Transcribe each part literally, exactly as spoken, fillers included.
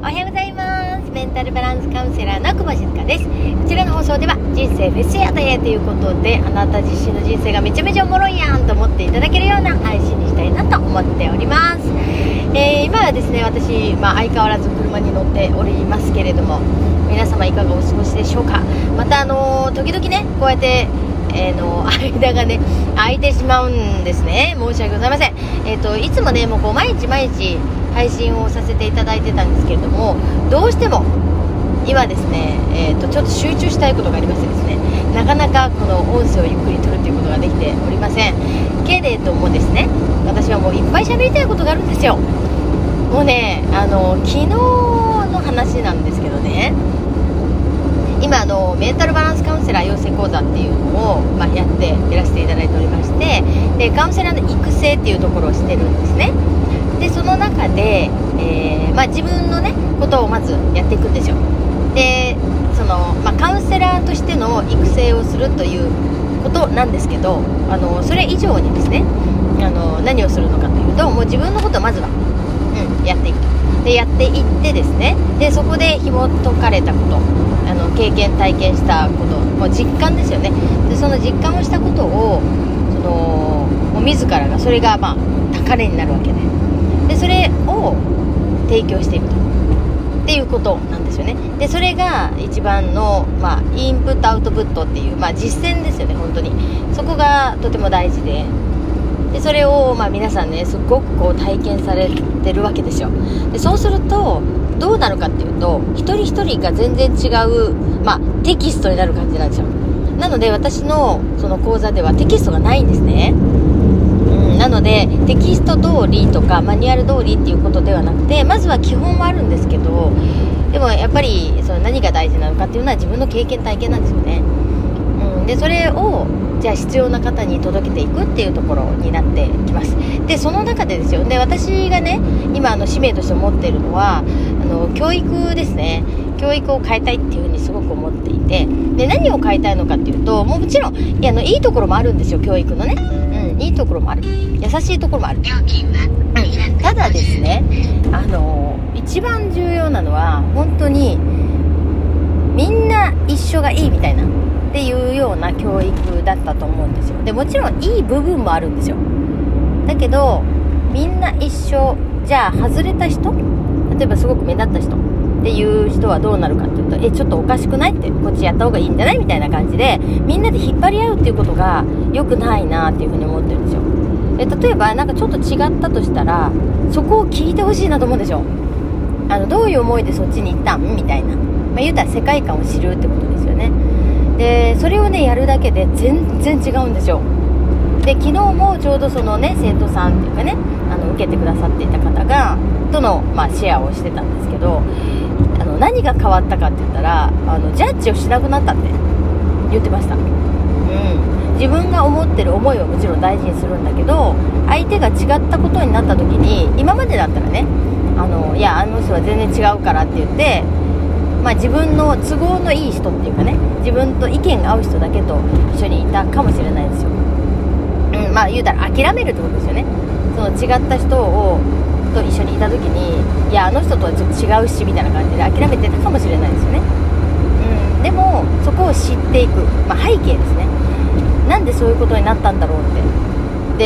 おはようございます。メンタルバランスカウンセラーの久保静香です。こちらの放送では人生フェスやったやということで、あなた自身の人生がめちゃめちゃおもろいやんと思っていただけるような配信にしたいなと思っております。えー、今はですね、私、まあ、相変わらず車に乗っておりますけれども、皆様いかがお過ごしでしょうか。またあのー、時々ねこうやってえー、の間がね空いてしまうんですね。申し訳ございません。えーといつもねもうこう毎日毎日配信をさせていただいてたんですけれども、どうしても今ですね、えーとちょっと集中したいことがありましてですね、なかなかこの音声をゆっくり取るということができておりませんけれどもですね、私はもういっぱい喋りたいことがあるんですよ。もうねあの昨日の話なんですけどね、今あのメンタルバランスカウンセラー養成講座っていうのを、まあ、やってやらせていただいておりまして、でカウンセラーの育成っていうところをしてるんですね。でその中で、えーまあ、自分のねことをまずやっていくんですよ。でその、まあ、カウンセラーとしての育成をするということなんですけど、あのそれ以上にですね、あの何をするのかというと、もう自分のことをまずは、うん、やっていくと。でやっていってですね、でそこで紐解かれたこと、あの経験体験したこと、もう実感ですよね。でその実感をしたことをそのもう自らがそれがまあ高値になるわけで、でそれを提供していくとっていうことなんですよね。でそれが一番の、まあ、インプットアウトプットっていう、まあ、実践ですよね。本当にそこがとても大事で、でそれを、まあ、皆さんねすごくこう体験されてるわけですよ。でそうするとどうなるかっていうと、一人一人が全然違う、まあ、テキストになる感じなんですよ。なので私のその講座ではテキストがないんですね。うん、なのでテキスト通りとかマニュアル通りっていうことではなくて、まずは基本はあるんですけど、でもやっぱりその何が大事なのかっていうのは自分の経験体験なんですよね。うん、でそれをじゃあ必要な方に届けていくっていうところになってきます。でその中でですよ、で私がね今あの使命として持っているのはあの教育ですね。教育を変えたいっていうふうにすごく思っていて、で何を変えたいのかっていうと、もちろんいやあのいいところもあるんですよ。教育のね、うん、いいところもある、優しいところもある、うん、ただですね、あの一番重要なのは本当にみんな一緒がいいみたいなっていうような教育だったと思うんですよ。でもちろんいい部分もあるんですよ。だけどみんな一緒じゃあ外れた人、例えばすごく目立った人っていう人はどうなるかっていうと、えちょっとおかしくないって、こっちやった方がいいんじゃないみたいな感じでみんなで引っ張り合うっていうことが良くないなっていうふうに思ってるんですよ。で例えばなんかちょっと違ったとしたらそこを聞いてほしいなと思うんですよ。あのどういう思いでそっちに行ったんみたいな、まあ、言うたら世界観を知るってことですよね。でそれをねやるだけで全然違うんですよ。で昨日もちょうどそのね生徒さんっていうかね、あの受けてくださっていた方がとの、まあ、シェアをしてたんですけど、あの何が変わったかって言ったら、あのジャッジをしなくなったって言ってました。うん、自分が思ってる思いはもちろん大事にするんだけど、相手が違ったことになった時に、今までだったらね、あのいやあの人は全然違うからって言って、まあ、自分の都合のいい人っていうかね、自分と意見が合う人だけと一緒にいたかもしれないんですよ。うん、まあ言うたら諦めるってことですよね。その違った人をと一緒にいた時に、いやあの人とはちょっと違うしみたいな感じで諦めてたかもしれないですよね。うん、でもそこを知っていく、まあ、背景ですね。なんでそういうことになったんだろうって。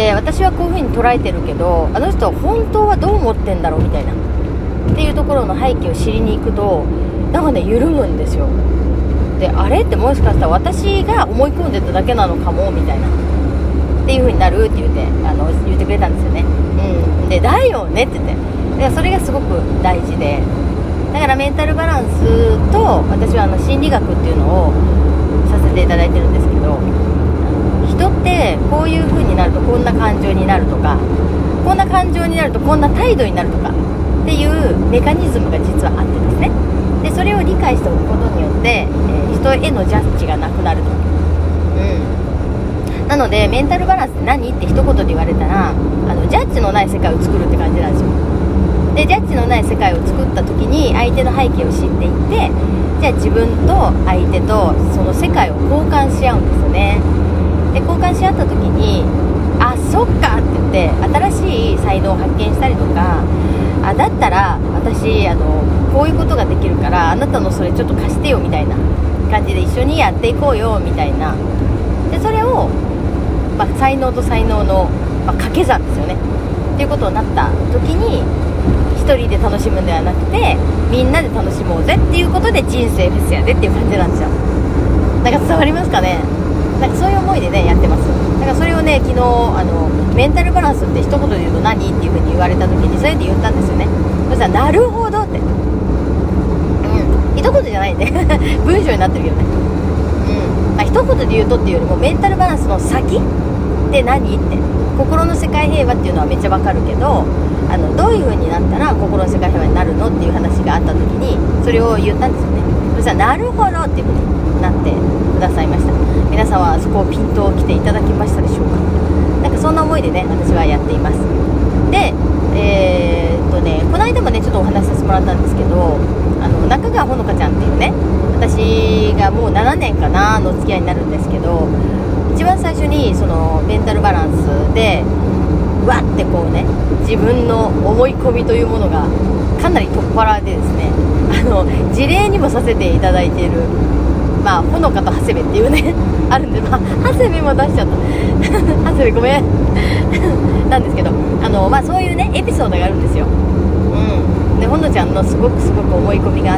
で私はこういう風に捉えてるけど、あの人は本当はどう思ってんだろうみたいなっていうところの背景を知りに行くと、なんかね緩むんですよ。であれってもしかしたら私が思い込んでただけなのかもみたいなっていう風になるって言ってあの言ってくれたんですよね。うん、でだよねって言って、だからそれがすごく大事で、だからメンタルバランスと私はあの心理学っていうのをさせていただいてるんですけど、人ってこういう風になるとこんな感情になるとか、こんな感情になるとこんな態度になるとかっていうメカニズムが実はあってですね、でそれを理解しておくことによって、えー、人へのジャッジがなくなると。うん、なのでメンタルバランスって何って一言で言われたら、あのジャッジのない世界を作るって感じなんですよ。でジャッジのない世界を作った時に相手の背景を知っていって、じゃあ自分と相手とその世界を交換し合うんですよね。で交換し合った時に、あそっかって言って新しい才能を発見したりとか、あだったら私あのこういうことができるからあなたのそれちょっと貸してよみたいな感じで一緒にやっていこうよみたいな。でそれを、まあ、才能と才能の、まあ、掛け算ですよねっていうことになった時に、一人で楽しむんではなくてみんなで楽しもうぜっていうことで人生フェスやでっていう感じなんですよ。なんか伝わりますかね。なんかそういう思いでねやってます。だからそれをね昨日あのメンタルバランスって一言で言うと何っていう風に言われた時にそれで言ったんですよね。そしたらなるほどって、うん一言じゃないんで文章になってるけどね、うんまあ、一言で言うとっていうよりもメンタルバランスの先って何って心の世界平和っていうのはめっちゃわかるけど、あのどういう風になったら心の世界平和になるのっていう話があった時にそれを言ったんですよね。そしたらなるほどっていう風になってくださいました。皆さんはそこをピンと来ていただきましたでしょうか。なんかそんな思いでね私はやっています。でえー、っとねこの間もねちょっとお話しさせてもらったんですけど、あの中川ほのかちゃんっていうね、私がもうななねんかなの付き合いになるんですけど、一番最初にそのメンタルバランスでわってこうね自分の思い込みというものがかなり取っ払でですね、あの事例にもさせていただいている、まあほのかと長谷部っていうねあるんで、まあ長谷部も出しちゃった長谷部ごめんなんですけど、あのまあそういうねエピソードがあるんですよ。うんでほのちゃんのすごくすごく思い込みがあって、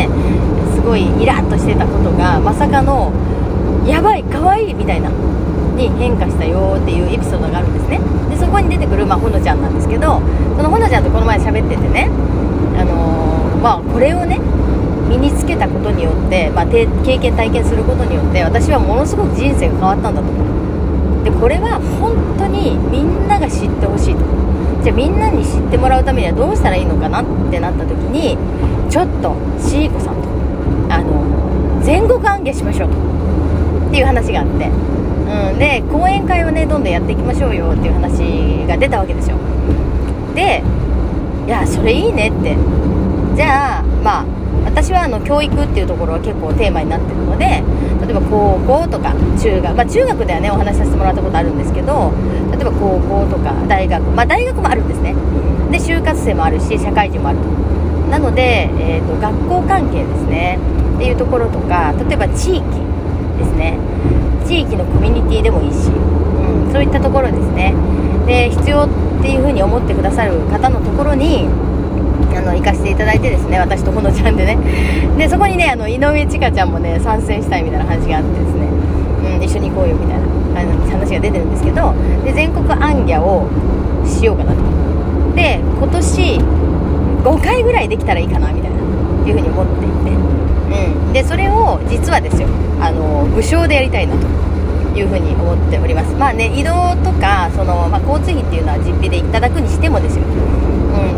すごいイラッとしてたことがまさかのやばい可愛いみたいなに変化したよっていうエピソードがあるんですね。でそこに出てくる、まあ、ほのちゃんなんですけど、そのほのちゃんとこの前喋っててね、あのー、まあこれをね身につけたことによって、まあ、経験体験することによって私はものすごく人生が変わったんだと。でこれは本当にみんなが知ってほしいと。じゃあみんなに知ってもらうためにはどうしたらいいのかなってなった時に、ちょっとしーこさんとあの全国行脚しましょうとっていう話があって、うん、で講演会をねどんどんやっていきましょうよっていう話が出たわけですよ。でいやそれいいねって、じゃあまあ私はあの教育っていうところは結構テーマになってるので、例えば高校とか中学、まあ中学ではねお話しさせてもらったことあるんですけど、例えば高校とか大学、まあ大学もあるんですね。で就活生もあるし社会人もあると。なので、えーと、学校関係ですねっていうところとか、例えば地域ですね、地域のコミュニティでもいいし、うん、そういったところですね。で必要っていうふうに思ってくださる方のところにあの行かせていただいてですね、私とほのちゃんでね、でそこにねあの井上千佳ちゃんもね参戦したいみたいな話があってですね、うん、一緒に行こうよみたいな話が出てるんですけど、で全国行脚をしようかなと。で今年ごかいぐらいできたらいいかなみたいないうふうに思っていて、うん、でそれを実はですよあの無償でやりたいなというふうに思っております。まあね移動とかその、まあ、交通費っていうのは実費でいただくにしてもですよ、うん、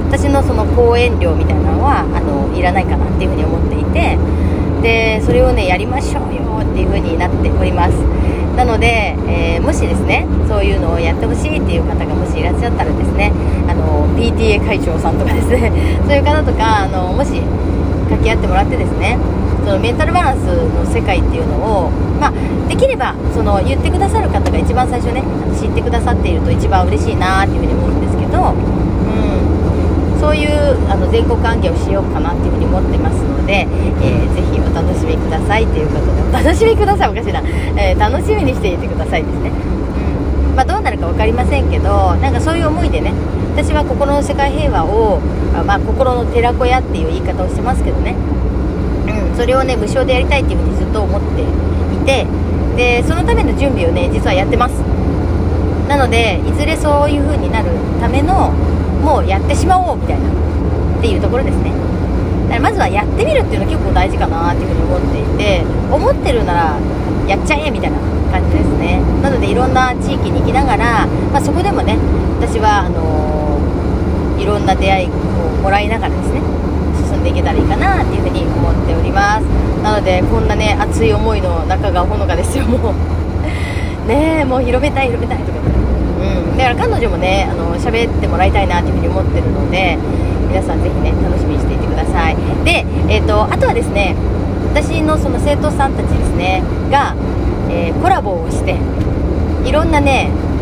私のその講演料みたいなのはあのいらないかなっていうふうに思っていて、でそれをねやりましょうよっていうふうになっております。なので、えー、もしですねそういうのをやってほしいっていう方がもしいらっしゃったらですね、あの ピーティーエー 会長さんとかですねそういう方とかあのもし掛け合ってもらってですね、そのメンタルバランスの世界っていうのを、まあ、できればその言ってくださる方が一番最初ね知ってくださっていると一番嬉しいなっていうふうに思うんですけど、うん、そういうあの全国行脚をしようかなっていうふうに思ってますので、えー、ぜひお楽しみくださいということで、お楽しみくださいおかしいな、えー、楽しみにしていてくださいですね。うんまあ、どうなるか分かりませんけど、なんかそういう思いでね、私は心の世界平和を、まあ、心の寺子屋っていう言い方をしてますけどね、うん、それをね無償でやりたいっていうふうにずっと思っていて、でそのための準備をね実はやってます。なのでいずれそういう風になるためのもうやってしまおうみたいなっていうところですね。だからまずはやってみるっていうのは結構大事かなっていう風に思っていて、思ってるならやっちゃえみたいな感じですね。なのでいろんな地域に行きながら、まあ、そこでもね私はあのー、いろんな出会いをもらいながらですね進んでいけたらいいかなっていうふうに思っております。なのでこんなね熱い思いの中がほのかですよ。もうねえもう広めたい広めたいとか、うん、だから彼女もねあの喋ってもらいたいなっていうふうに思ってるので、皆さんぜひね楽しみにしていてください。で、えーと、あとはですね私のその生徒さんたちですねが、えー、コラボをしていろんなねあの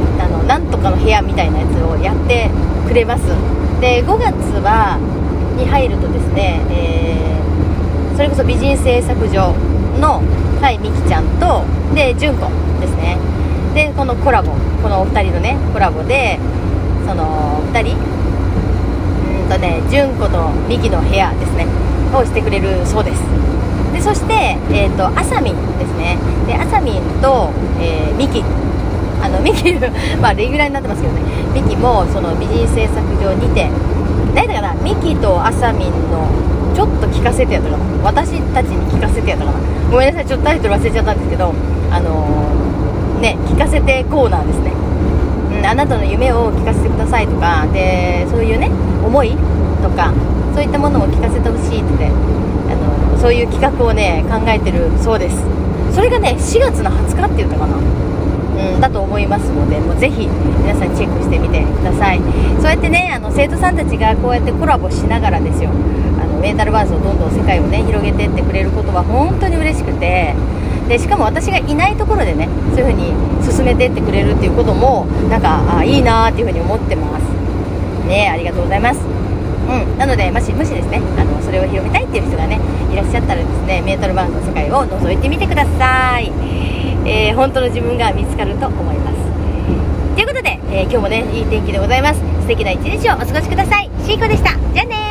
なんとかの部屋みたいなやつをやってくれます。でごがつはに入るとですね、えー、それこそ美人製作所の甲斐美希ちゃんとで純子ですね。でこのコラボ、このお二人のねコラボで、そのふたりうんとね純子と美希の部屋ですねをしてくれるそうです。でそして、えー、とあさみんですね。であさみんと、えー、ミキあのミキまあレギュラーになってますけどね、ミキもその美人製作所にて、何だかな、ミキとあさみんのちょっと聞かせてやったかな、私たちに聞かせてやったかな、ごめんなさいちょっとタイトル忘れちゃったんですけど、あのー、ね聞かせてコーナーですね、うん、あなたの夢を聞かせてくださいとかで、そういうね思いとかそういったものを聞かせてほしいって、ね、あのそういう企画をね考えてるそうです。それがねしがつのはつかって言ったかな、うん、だと思いますので、もうぜひ皆さんチェックしてみてください。そうやってねあの生徒さんたちがこうやってコラボしながらですよ、あのメンタルバースをどんどん世界をね広げていってくれることは本当に嬉しくて、でしかも私がいないところでねそういう風に進めていってくれるっていうこともなんかあいいなーっていう風に思ってますね。ありがとうございます。うん、なのでもしもしですねあのそれを広めたいっていう人がねいらっしゃったらですね、メンタルバースの世界を覗いてみてください。えー、本当の自分が見つかると思います。ということで、えー、今日もねいい天気でございます。素敵な一日をお過ごしください。しーこでした。じゃあねー。